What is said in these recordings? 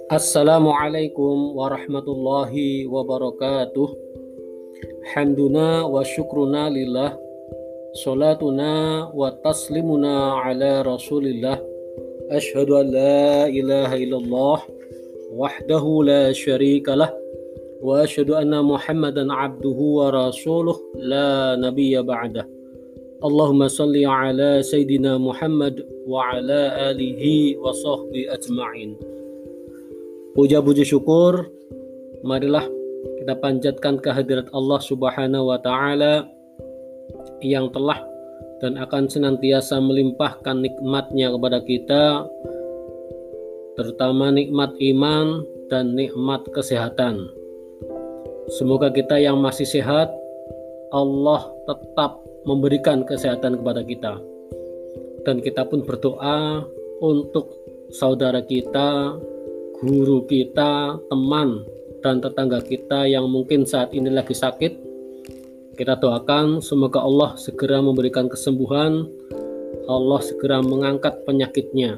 Assalamualaikum warahmatullahi wabarakatuh. Hamduna wa syukruna lillah. Salatuna wa taslimuna ala rasulillah. Ashhadu an la ilaha illallah wahdahu la syarikalah. Wa ashhadu anna muhammadan abduhu wa rasuluh la nabiyya ba'dah. Allahumma salli ala Sayyidina Muhammad wa ala alihi wa sahbihi ajma'in. Puja-puji syukur, marilah kita panjatkan kehadirat Allah Subhanahu wa Ta'ala yang telah dan akan senantiasa melimpahkan nikmatnya kepada kita, terutama nikmat iman dan nikmat kesehatan. Semoga kita yang masih sehat, Allah tetap memberikan kesehatan kepada kita. Dan kita pun berdoa untuk saudara kita, guru kita, teman, dan tetangga kita yang mungkin saat ini lagi sakit. Kita doakan semoga Allah segera memberikan kesembuhan, Allah segera mengangkat penyakitnya.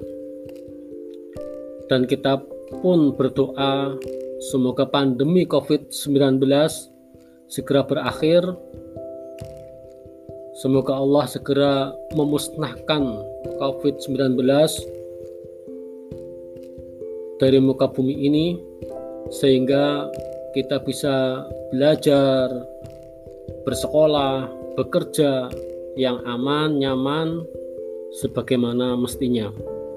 Dan kita pun berdoa semoga pandemi COVID-19 segera berakhir. Semoga Allah segera memusnahkan COVID-19 dari muka bumi ini, sehingga kita bisa belajar, bersekolah, bekerja yang aman, nyaman, sebagaimana mestinya.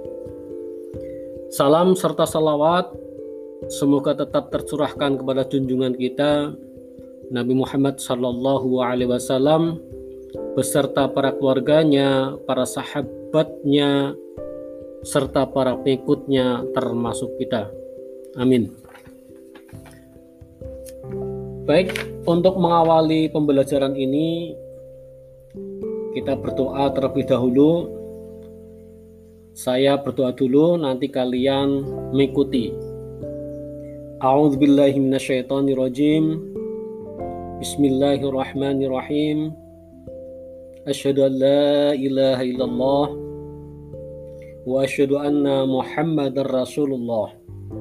Salam serta salawat semoga tetap tercurahkan kepada junjungan kita Nabi Muhammad SAW beserta para keluarganya, para sahabatnya, serta para pengikutnya termasuk kita. Amin. Baik, untuk mengawali pembelajaran ini kita berdoa terlebih dahulu. Saya berdoa dulu, nanti kalian mengikuti. A'udzubillahi minasyaitonirrajim. Bismillahirrahmanirrahim. Asyhadu an la ilaha illallah wa asyhadu anna Muhammadar Rasulullah.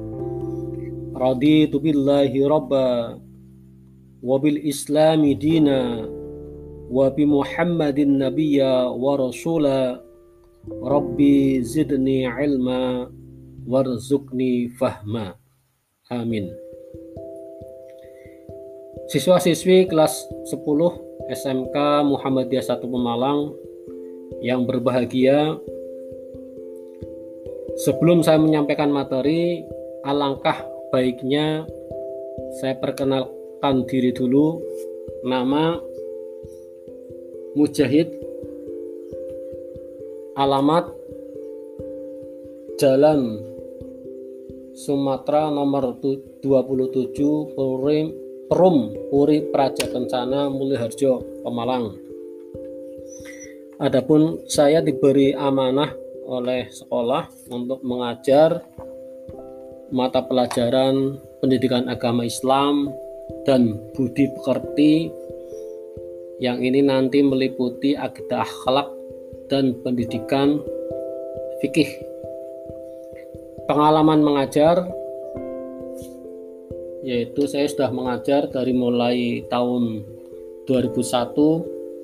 Raditu billahi rabba wa bil islami dina wa bi Muhammadin nabiyya wa rasula. Rabbi zidni ilma warzuqni fahma. Amin. Siswa-siswi kelas 10 SMK Muhammadiyah 1 Pemalang yang berbahagia, sebelum saya menyampaikan materi, alangkah baiknya saya perkenalkan diri dulu. Nama Mujahid, alamat Jalan Sumatera nomor 27 Perum Puri Praja Kencana Mulyoharjo Pemalang. Adapun saya diberi amanah oleh sekolah untuk mengajar mata pelajaran pendidikan agama Islam dan budi pekerti, yang ini nanti meliputi akidah akhlak dan pendidikan fikih. Pengalaman mengajar, yaitu saya sudah mengajar dari mulai tahun 2001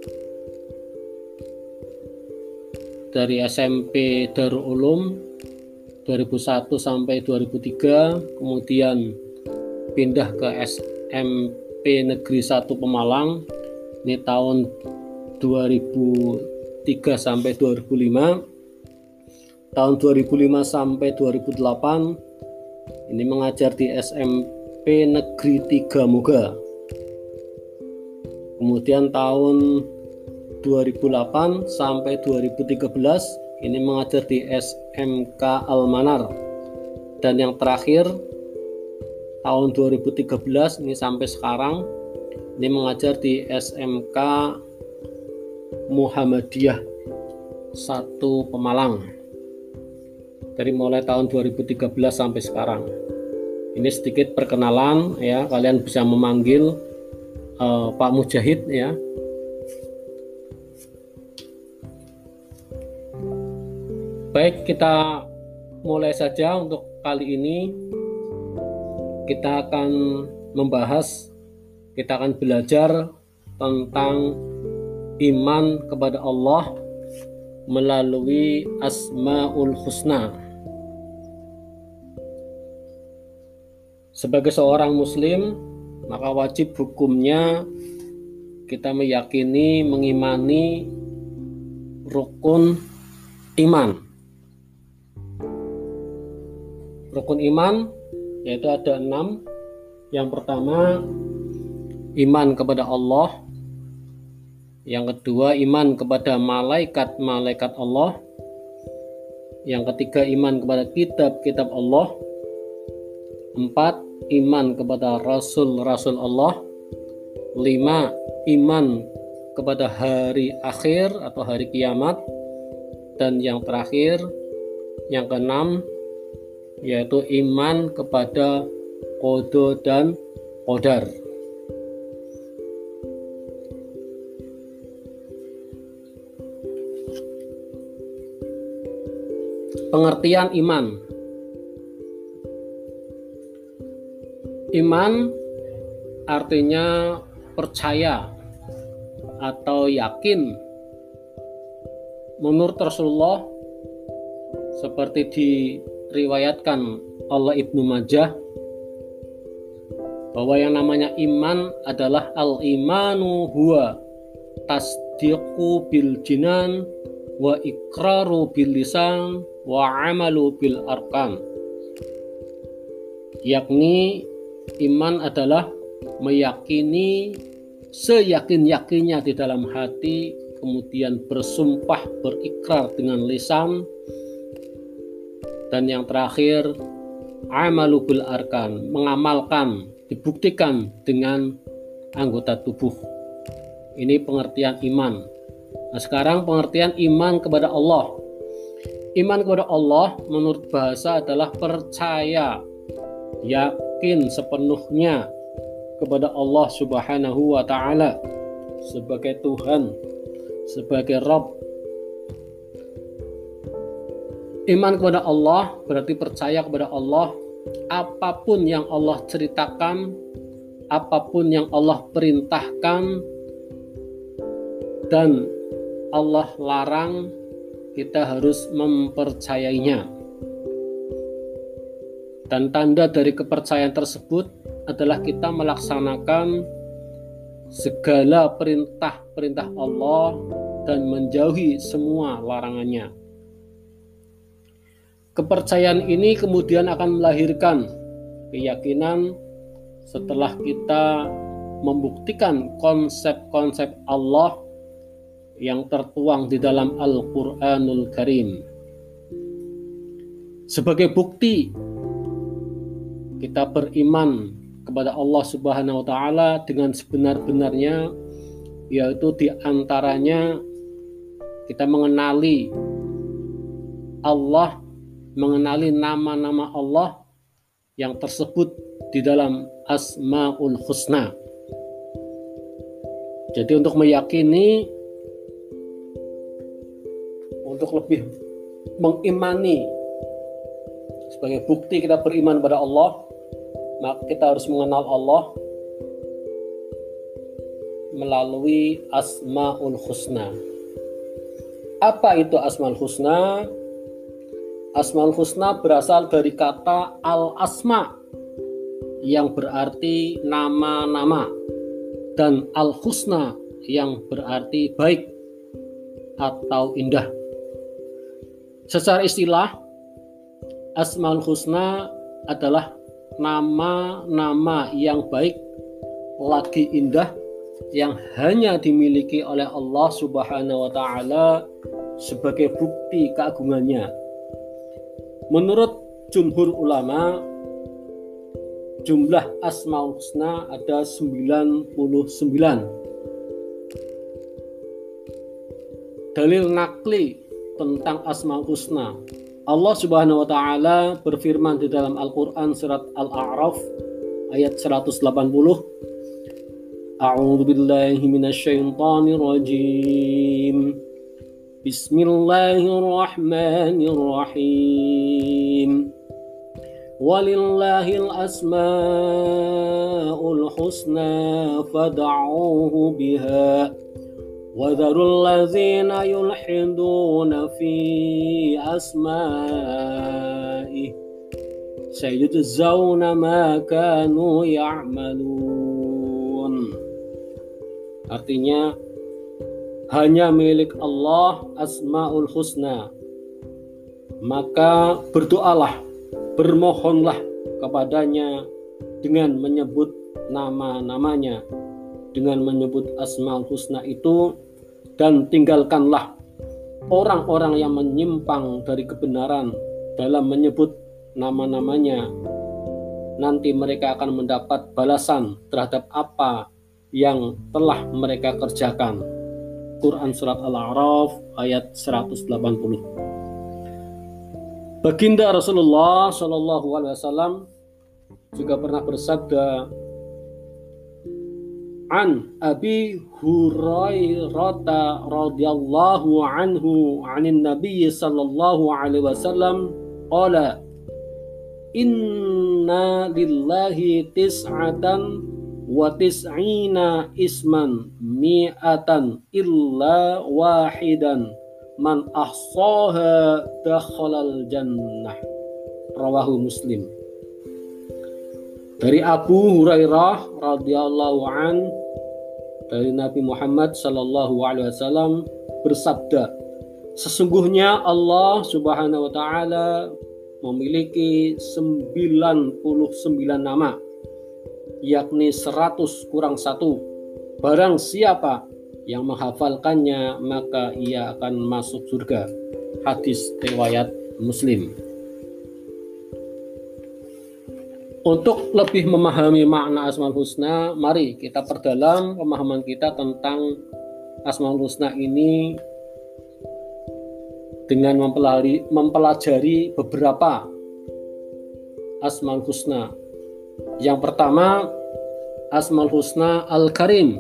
dari SMP Darul Ulum 2001 sampai 2003, kemudian pindah ke SMP Negeri 1 Pemalang ini tahun 2003 sampai 2005. Tahun 2005 sampai 2008 ini mengajar di SMP Negeri 3 Moga. Kemudian tahun 2008 sampai 2013 ini mengajar di SMK Al-Manar. Dan yang terakhir tahun 2013 ini sampai sekarang ini mengajar di SMK Muhammadiyah 1 Pemalang. Dari mulai tahun 2013 sampai sekarang. Ini sedikit perkenalan ya, kalian bisa memanggil Pak Mujahid ya. Baik, kita mulai saja untuk kali ini. kita akan belajar tentang iman kepada Allah melalui Asmaul Husna. Sebagai seorang muslim, maka wajib hukumnya kita meyakini, mengimani rukun iman. Rukun iman yaitu ada 6. Yang pertama, iman kepada Allah. Yang kedua, iman kepada malaikat-malaikat Allah. Yang ketiga, iman kepada kitab-kitab Allah. 4, iman kepada rasul-rasul Allah. 5, iman kepada hari akhir atau hari kiamat. Dan yang terakhir, yang keenam, yaitu iman kepada qada dan qadar. Pengertian iman. Iman artinya percaya atau yakin. Menurut Rasulullah, seperti diriwayatkan oleh Ibnu Majah, bahwa yang namanya iman adalah al-imanu huwa tasdiqu bil jinan wa iqraru bil lisan wa amalu bil arkan. Yakni iman adalah meyakini seyakin-yakinnya di dalam hati, kemudian bersumpah, berikrar dengan lisan, dan yang terakhir amalu bil arkan, mengamalkan, dibuktikan dengan anggota tubuh. Ini pengertian iman. Nah, sekarang pengertian iman kepada Allah. Iman kepada Allah menurut bahasa adalah percaya, yakin sepenuhnya kepada Allah Subhanahu wa ta'ala sebagai Tuhan, sebagai Rabb. Iman kepada Allah berarti percaya kepada Allah. Apapun yang Allah ceritakan, apapun yang Allah perintahkan dan Allah larang, kita harus mempercayainya. Dan tanda dari kepercayaan tersebut adalah kita melaksanakan segala perintah-perintah Allah dan menjauhi semua larangannya. Kepercayaan ini kemudian akan melahirkan keyakinan setelah kita membuktikan konsep-konsep Allah yang tertuang di dalam Al-Quranul Karim. Sebagai bukti kita beriman kepada Allah Subhanahu wa ta'ala dengan sebenar-benarnya, yaitu diantaranya kita mengenali Allah, mengenali nama-nama Allah yang tersebut di dalam Asmaul Husna. Jadi untuk meyakini, untuk lebih mengimani, sebagai bukti kita beriman pada Allah, maka kita harus mengenal Allah melalui Asmaul Husna. Apa itu Asmaul Husna? Asmaul Husna berasal dari kata al-asma yang berarti nama-nama, dan al-husna yang berarti baik atau indah. Secara istilah, Asmaul Husna adalah nama-nama yang baik lagi indah yang hanya dimiliki oleh Allah Subhanahu wa ta'ala sebagai bukti keagungannya. Menurut jumhur ulama, jumlah Asmaul Husna ada 99. Dalil nakli tentang Asmaul Husna. Allah Subhanahu wa ta'ala berfirman di dalam Al-Quran surat Al-A'raf ayat 180. A'udzu billahi minasyaitonir rajim. Bismillahirrahmanirrahim. Walillahil asmaul husna fad'uuhu biha wa dharul ladzina yulhiduna fi asma'ihi sayujzauna ma kanu ya'malun. Artinya hanya milik Allah asmaul husna, maka berdoalah, bermohonlah kepadanya dengan menyebut nama-namanya, dengan menyebut asmaul husna itu, dan tinggalkanlah orang-orang yang menyimpang dari kebenaran dalam menyebut nama-namanya. Nanti mereka akan mendapat balasan terhadap apa yang telah mereka kerjakan. Quran Surat Al-A'raf ayat 180. Baginda Rasulullah Shallallahu Alaihi Wasallam juga pernah bersabda, an Abi Hurairah radhiyallahu anhu anin Nabi Sallallahu Alaihi Wasallam qala inna lillahi tis'atan wa tis'ina isman mi'atan illa wahidan man ahsaha dakhalal jannah. Rawahu Muslim. Dari Abu Hurairah radhiyallahu an, dari Nabi Muhammad sallallahu alaihi wasallam bersabda, sesungguhnya Allah Subhanahu wa taala memiliki 99 nama, yakni 100 kurang 1. Barang siapa yang menghafalkannya maka ia akan masuk surga. Hadis riwayat Muslim. Untuk lebih memahami makna Asmaul Husna, mari kita perdalam pemahaman kita tentang Asmaul Husna ini dengan mempelajari beberapa Asmaul Husna. Yang pertama, Asmaul Husna Al-Karim.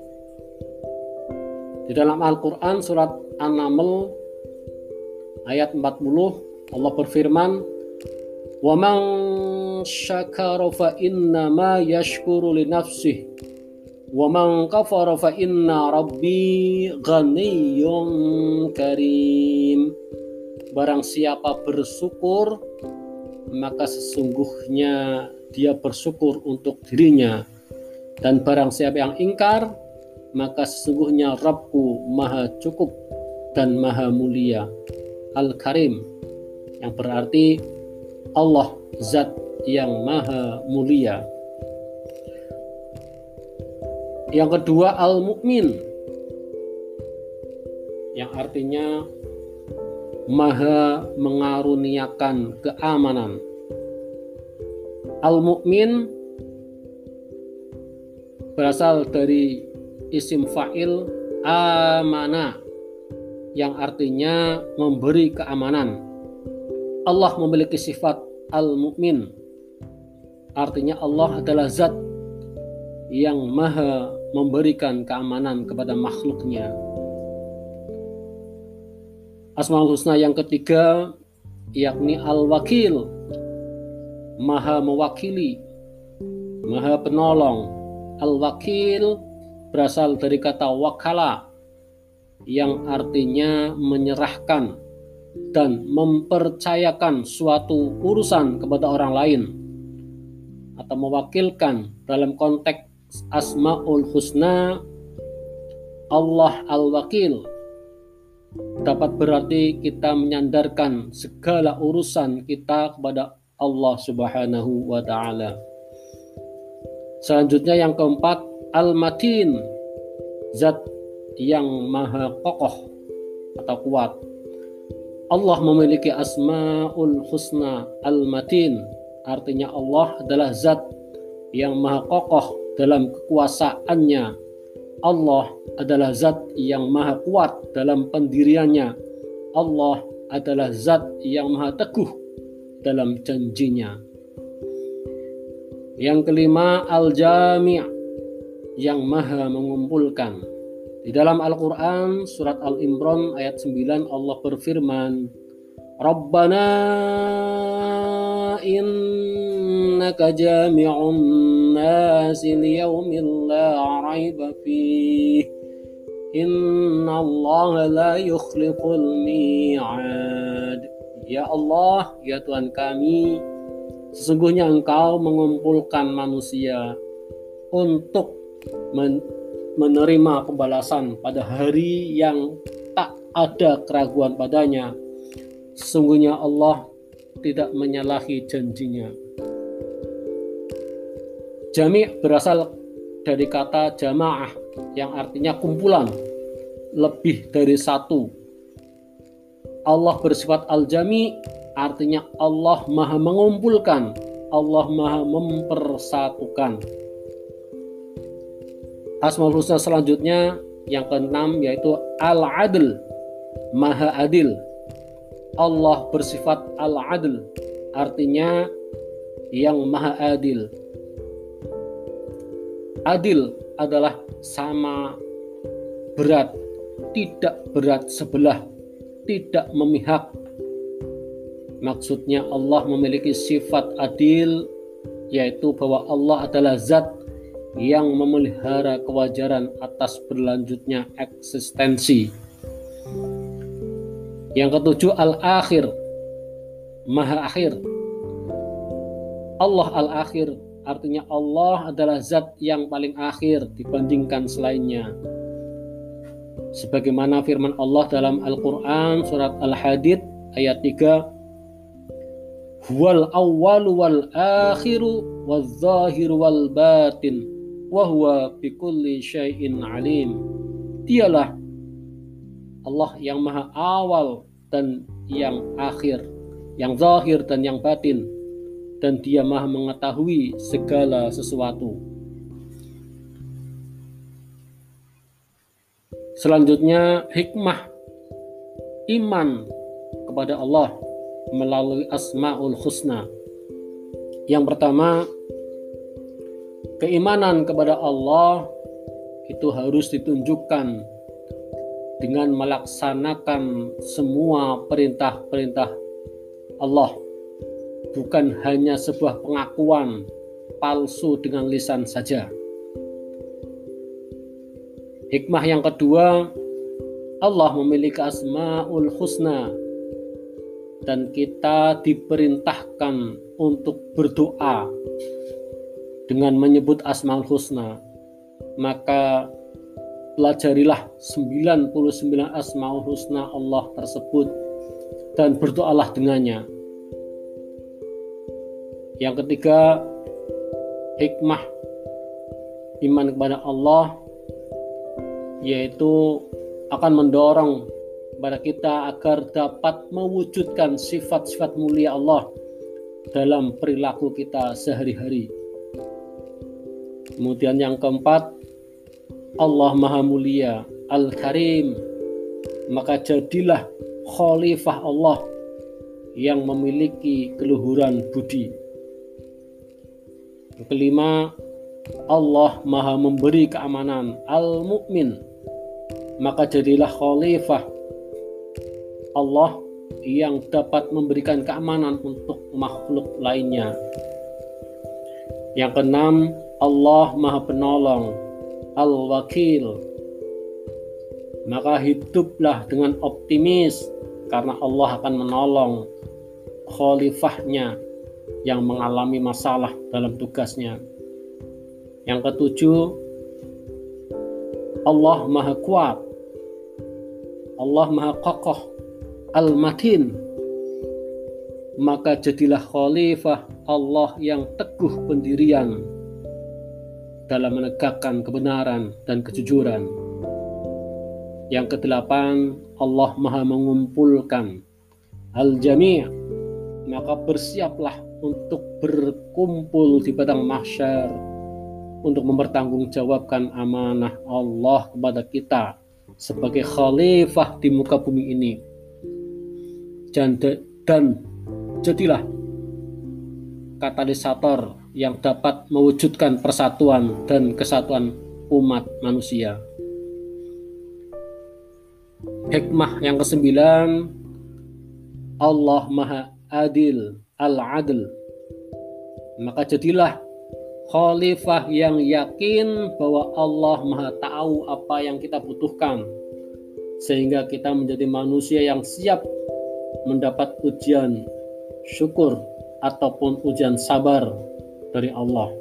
Di dalam Al-Quran surat An-Naml ayat 40 Allah berfirman, wa man syakara fa innama yashkuru li nafsihi wa man kafara fa inna rabbi ghaniyyun karim. Barang siapa bersyukur, maka sesungguhnya dia bersyukur untuk dirinya, dan barang siapa yang ingkar, maka sesungguhnya Rabbku maha cukup dan maha mulia. Al-Karim, yang berarti Allah zat yang maha mulia. Yang kedua, Al-Mu'min, yang artinya maha mengaruniakan keamanan. Al-Mu'min berasal dari isim fa'il amana, yang artinya memberi keamanan. Allah memiliki sifat al-mu'min, artinya Allah adalah zat yang maha memberikan keamanan kepada makhluknya. Asmaul Husna yang ketiga yakni al-wakil, maha mewakili, maha penolong. Al-wakil berasal dari kata wakala, yang artinya menyerahkan dan mempercayakan suatu urusan kepada orang lain, atau mewakilkan. Dalam konteks Asmaul Husna, Allah Al-Wakil dapat berarti kita menyandarkan segala urusan kita kepada Allah Subhanahu wa ta'ala. Selanjutnya yang keempat, Al-Matin, zat yang maha kokoh atau kuat. Allah memiliki Asmaul Husna Al-Matin, artinya Allah adalah zat yang maha kokoh dalam kekuasaannya. Allah adalah zat yang maha kuat dalam pendiriannya. Allah adalah zat yang maha teguh dalam janjinya. Yang kelima, Al-Jami', yang maha mengumpulkan. Di dalam Al-Quran surat Al-Imran ayat 9 Allah berfirman, Rabbana innaka jami'un nasi liyaumin la raiba fih innallaha la yukhliful mi'ad. Ya Allah, ya Tuhan kami, sesungguhnya Engkau mengumpulkan manusia untuk menerima pembalasan pada hari yang tak ada keraguan padanya. Sesungguhnya Allah tidak menyalahi janjinya. Jami' berasal dari kata jamaah yang artinya kumpulan, lebih dari satu. Allah bersifat al-jami', artinya Allah maha mengumpulkan, Allah maha mempersatukan. Asmaul Husna selanjutnya yang keenam yaitu al-adl, maha adil. Allah bersifat al-adl, artinya yang maha adil. Adil adalah sama berat, tidak berat sebelah, tidak memihak. Maksudnya Allah memiliki sifat adil, yaitu bahwa Allah adalah zat yang memelihara kewajaran atas berlanjutnya eksistensi. Yang ketujuh, al-akhir, maha akhir. Allah al-akhir, artinya Allah adalah zat yang paling akhir dibandingkan selainnya. Sebagaimana firman Allah dalam Al-Quran surat Al-Hadid ayat 3, huwal awwalu wal akhiru wal zahiru wal batin wa huwa bikulli syai'in alim. Dialah Allah yang maha awal dan yang akhir, yang zahir dan yang batin, dan Dia maha mengetahui segala sesuatu. Selanjutnya, hikmah iman kepada Allah melalui Asmaul Husna. Yang pertama, keimanan kepada Allah itu harus ditunjukkan dengan melaksanakan semua perintah-perintah Allah, bukan hanya sebuah pengakuan palsu dengan lisan saja. Hikmah yang kedua, Allah memiliki Asmaul Husna dan kita diperintahkan untuk berdoa dengan menyebut Asmaul Husna. Maka pelajarilah 99 Asmaul Husna Allah tersebut dan berdoalah dengannya. Yang ketiga, hikmah iman kepada Allah yaitu akan mendorong kepada kita agar dapat mewujudkan sifat-sifat mulia Allah dalam perilaku kita sehari-hari. Kemudian yang keempat, Allah Maha Mulia, Al-Karim, maka jadilah khalifah Allah yang memiliki keluhuran budi. Yang kelima, Allah Maha Memberi keamanan, Al-Mu'min, maka jadilah khalifah Allah yang dapat memberikan keamanan untuk makhluk lainnya. Yang keenam, Allah Maha Penolong, Al-Wakil, maka hiduplah dengan optimis karena Allah akan menolong khalifahnya yang mengalami masalah dalam tugasnya. Yang ketujuh, Allah Maha Kuat, Allah Maha Kokoh, Al-Matin, maka jadilah khalifah Allah yang teguh pendirian dalam menegakkan kebenaran dan kejujuran. Yang kedelapan, Allah Maha Mengumpulkan, Al-Jami', maka bersiaplah untuk berkumpul di padang mahsyar untuk mempertanggungjawabkan amanah Allah kepada kita sebagai khalifah di muka bumi ini. Dan jadilah katalisator yang dapat mewujudkan persatuan dan kesatuan umat manusia. Hikmah yang kesembilan, Allah Maha Adil, Al-Adl, Maka jadilah khalifah yang yakin bahwa Allah Maha tahu apa yang kita butuhkan, sehingga kita menjadi manusia yang siap mendapat ujian syukur ataupun ujian sabar dari Allah.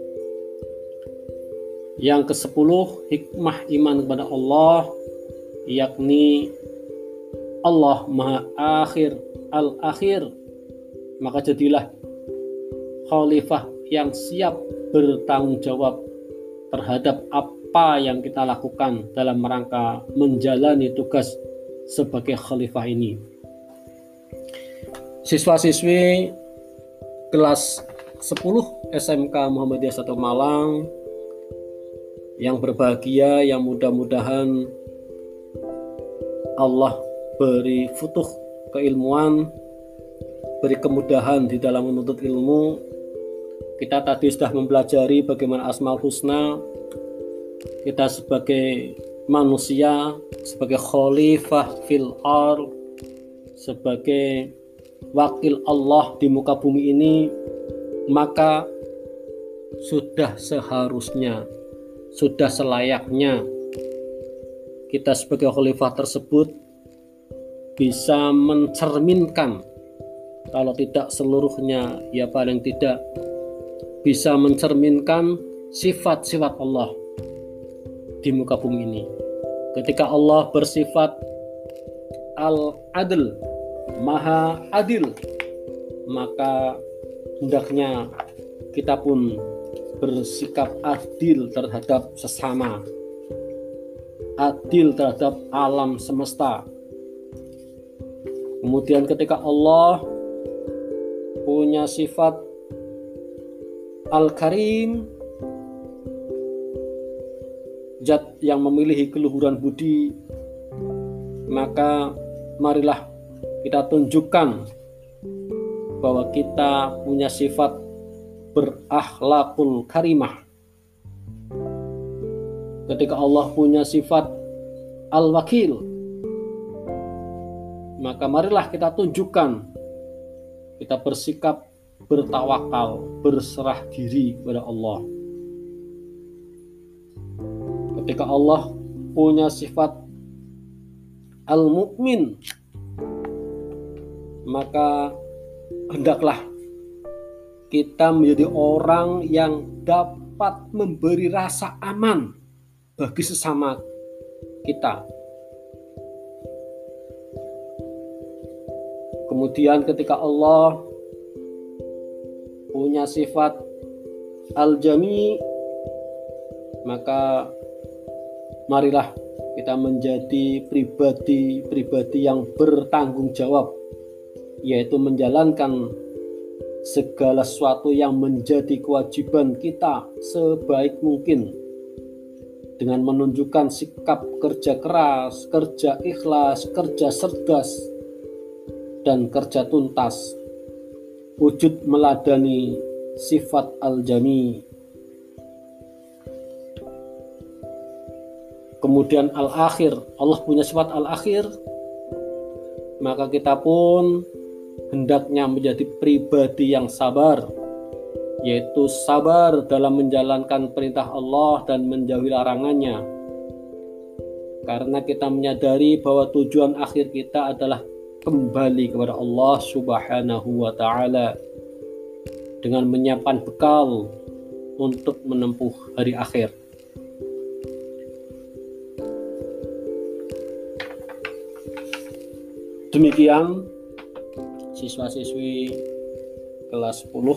Yang ke-10, hikmah iman kepada Allah, yakni Allah Maha Akhir Al-Akhir. Maka jadilah khalifah yang siap bertanggung jawab terhadap apa yang kita lakukan dalam rangka menjalani tugas sebagai khalifah ini. Siswa-siswi kelas 10 SMK Muhammadiyah 1 Malang yang berbahagia, yang mudah-mudahan Allah beri futuh keilmuan, beri kemudahan di dalam menuntut ilmu. Kita tadi sudah mempelajari bagaimana Asmaul Husna. Kita sebagai manusia, sebagai khalifah fil ardh, sebagai wakil Allah di muka bumi ini, maka sudah seharusnya, sudah selayaknya kita sebagai khalifah tersebut bisa mencerminkan, kalau tidak seluruhnya, ya paling tidak bisa mencerminkan sifat-sifat Allah di muka bumi ini. Ketika Allah bersifat Al-Adl, Maha Adil, maka hendaknya kita pun bersikap adil terhadap sesama, adil terhadap alam semesta. Kemudian ketika Allah punya sifat Al-Karim, zat yang memiliki keluhuran budi, maka marilah kita tunjukkan bahwa kita punya sifat berakhlakul karimah. Ketika Allah punya sifat Al-Wakil, maka marilah kita tunjukkan, kita bersikap bertawakal, berserah diri kepada Allah. Ketika Allah punya sifat Al-Mu'min, maka hendaklah kita menjadi orang yang dapat memberi rasa aman bagi sesama kita. Kemudian ketika Allah punya sifat Al-Jami, maka marilah kita menjadi pribadi yang bertanggung jawab, yaitu menjalankan segala sesuatu yang menjadi kewajiban kita sebaik mungkin dengan menunjukkan sikap kerja keras, kerja ikhlas, kerja cerdas, dan kerja tuntas, wujud meladani sifat Al-Jami. Kemudian Al-Akhir, Allah punya sifat Al-Akhir, maka kita pun hendaknya menjadi pribadi yang sabar, yaitu sabar dalam menjalankan perintah Allah dan menjauhi larangannya, karena kita menyadari bahwa tujuan akhir kita adalah kembali kepada Allah Subhanahu wa Ta'ala dengan menyiapkan bekal untuk menempuh hari akhir. Demikian siswa-siswi kelas 10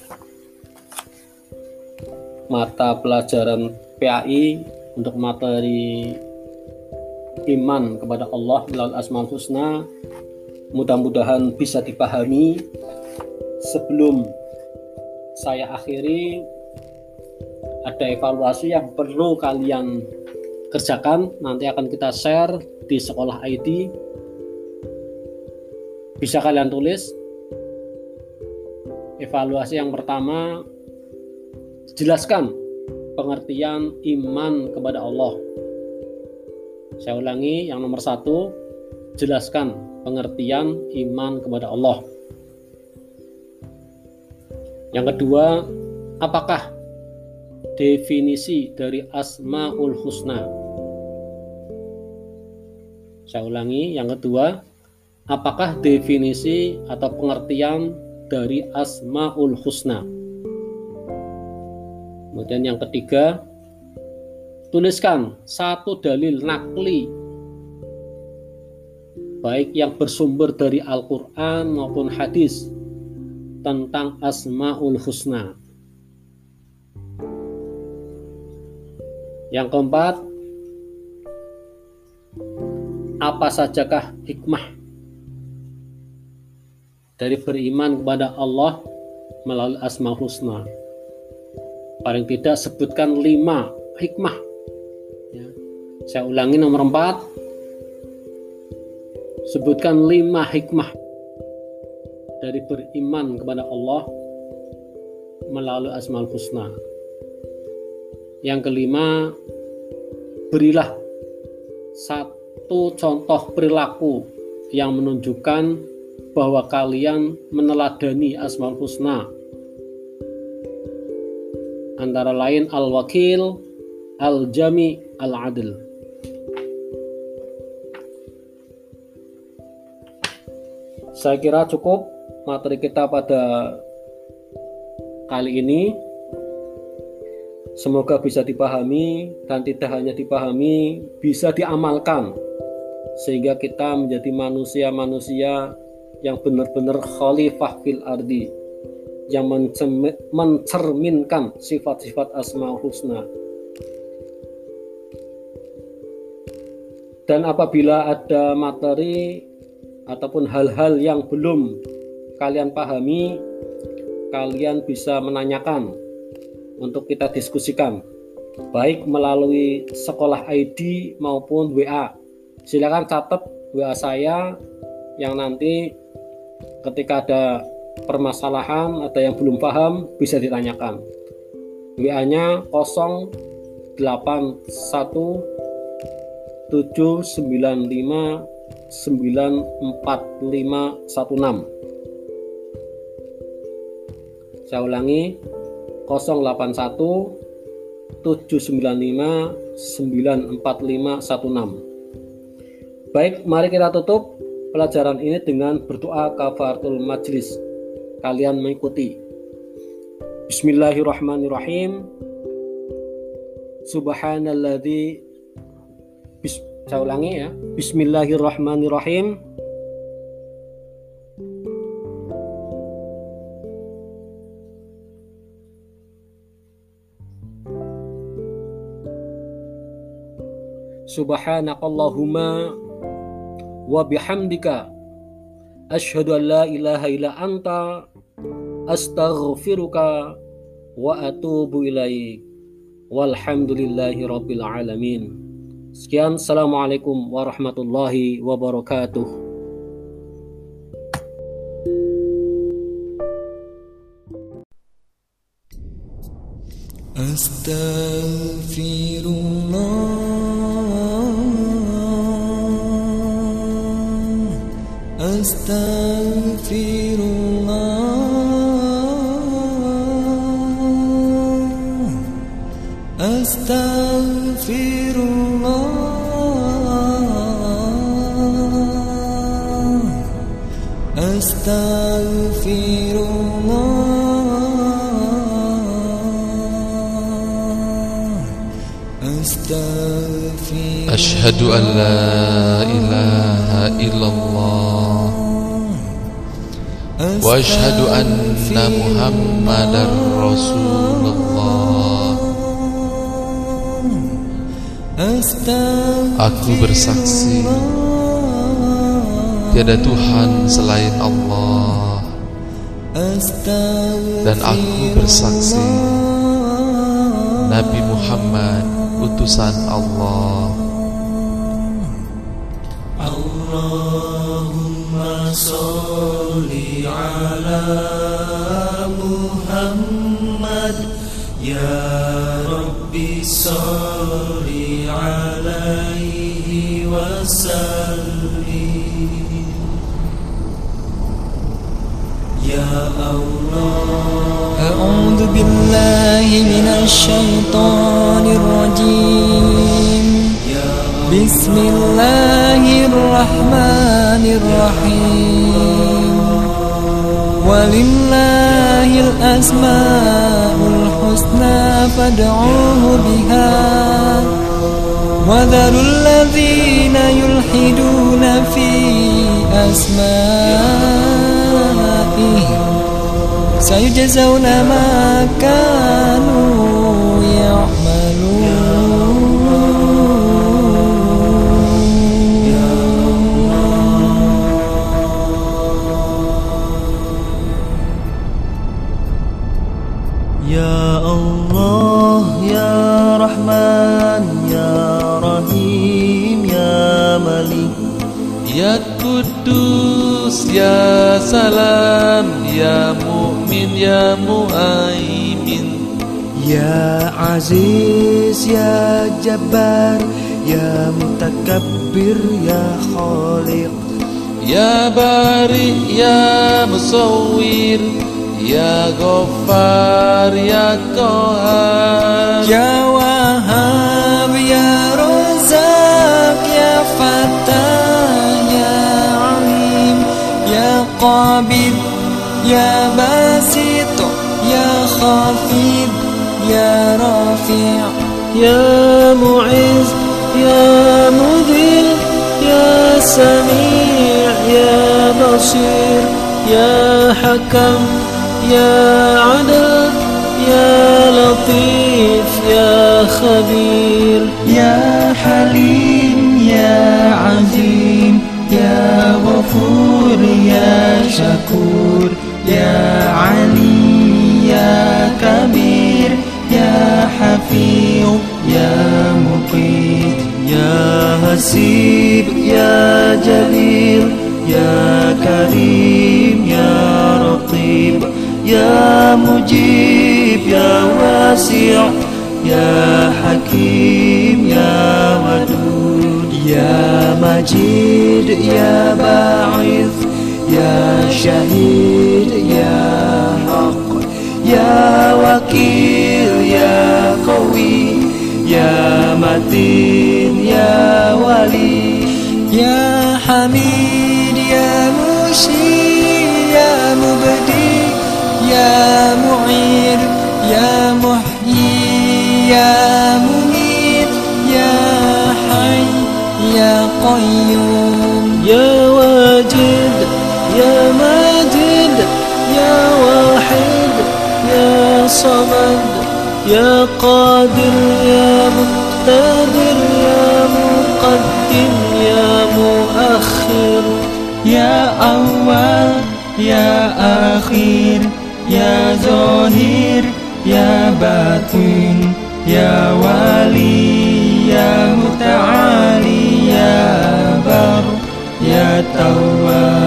mata pelajaran PAI untuk materi iman kepada Allah melalui Asmaul Husna. Mudah-mudahan bisa dipahami. Sebelum saya akhiri, ada evaluasi yang perlu kalian kerjakan, nanti akan kita share di sekolah ID. Bisa kalian tulis. Evaluasi yang pertama, jelaskan pengertian iman kepada Allah. Saya ulangi, yang nomor 1, jelaskan pengertian iman kepada Allah. Yang kedua, apakah definisi dari Asmaul Husna? Saya ulangi, yang kedua, apakah definisi atau pengertian dari Asmaul Husna? Kemudian yang ketiga, tuliskan satu dalil nakli, baik yang bersumber dari Al-Quran maupun hadis, tentang Asmaul Husna. Yang keempat, apa sajakah hikmah dari beriman kepada Allah melalui Asmaul Husna? Paling tidak sebutkan 5 hikmah. Ya. Saya ulangi, nomor 4, sebutkan 5 hikmah dari beriman kepada Allah melalui Asmaul Husna. Yang kelima, berilah satu contoh perilaku yang menunjukkan bahwa kalian meneladani Asmaul Husna, antara lain Al-Wakil, Al-Jami, Al-Adil. Saya kira cukup materi kita pada kali ini. Semoga bisa dipahami, dan tidak hanya dipahami, bisa diamalkan, sehingga kita menjadi manusia-manusia yang benar-benar khalifah fil ardi, yang mencerminkan sifat-sifat Asmaul Husna. Dan apabila ada materi ataupun hal-hal yang belum kalian pahami, kalian bisa menanyakan untuk kita diskusikan, baik melalui sekolah ID maupun WA. Silakan catat WA saya, yang nanti ketika ada permasalahan, ada yang belum paham, bisa ditanyakan. WA-nya 081795945516. Saya ulangi, 081795945516. Baik, mari kita tutup pelajaran ini dengan berdoa kafaratul majlis. Kalian mengikuti. Bismillahirrahmanirrahim. Subhanalladzi, saya ulangi ya. Bismillahirrahmanirrahim. Subhanakallahumma wa bihamdika asyhadu an la ilaha illa anta astaghfiruka wa atubu ilaik. Walhamdulillahi rabbil alamin. Sekian, assalamualaikum warahmatullahi wabarakatuh. Asyhadu an la ilaha illallah wa asyhadu anna Muhammadar Rasulullah. Aku bersaksi tiada Tuhan selain Allah, dan aku bersaksi Nabi Muhammad utusan Allah. Allahumma sholli ala Muhammad, ya Rabbi sholli alaihi wasallim. Ya أعوذ بالله من الشيطان الرجيم بسم الله الرحمن الرحيم ولله الأسماء الحسنى فادعوه بها وذروا الذين يلحدون في أسمائه سيجزون ما كانوا يعملون. Ya Allah, Ya Rahman, Ya Rahim, Ya Malik, Ya Kudus, Ya Salam, Ya Mu'min, Ya Mu'aimin, Ya Aziz, Ya Jabbar, Ya Mutakabbir, Ya Khaliq, Ya Bari, Ya Musawwir, Ya Ghaffar, Ya Qahar, Ya Wahhab, Ya Razak, Ya Fattah, Ya Alim, Ya Qabid, Ya Basit, Ya Khafid, Ya Rafi', Ya Mu'izz, Ya Mudhil, Ya Sami', Ya Basir, Ya Hakam, Ya Adil, Ya Latif, Ya Khabir, Ya Halim, Ya Azim, Ya Ghafur, Ya Syakur, Ya Ali, Ya Kabir, Ya Hafiz, Ya Muqit, Ya Hasib, Ya Jalil, Ya Karim, Ya Raqib, Ya Mujib, Ya Wasi', Ya Hakim, Ya Wadud, Ya Majid, Ya Ba'ith, Ya Syahid, Ya Haq, Ya Wakil, Ya Qawi, Ya Matin, Ya Wali, Ya Hamid, Ya Mushi, Ya Mubdi, Ya Mu'ir, Ya Muhyi, Ya Mumit, Ya Hayy, Ya Qayyum, Ya Wajid, Ya Majid, Ya Wahid, Ya Samad, Ya Qadir, Ya Muqtadir, Ya Muqaddim, Ya Muakhir, Ya Awal, Ya Akhir, Ya Zahir, Ya Batin, Ya Wali, Ya Muta'ali, Ya Bar, Ya Tawwab,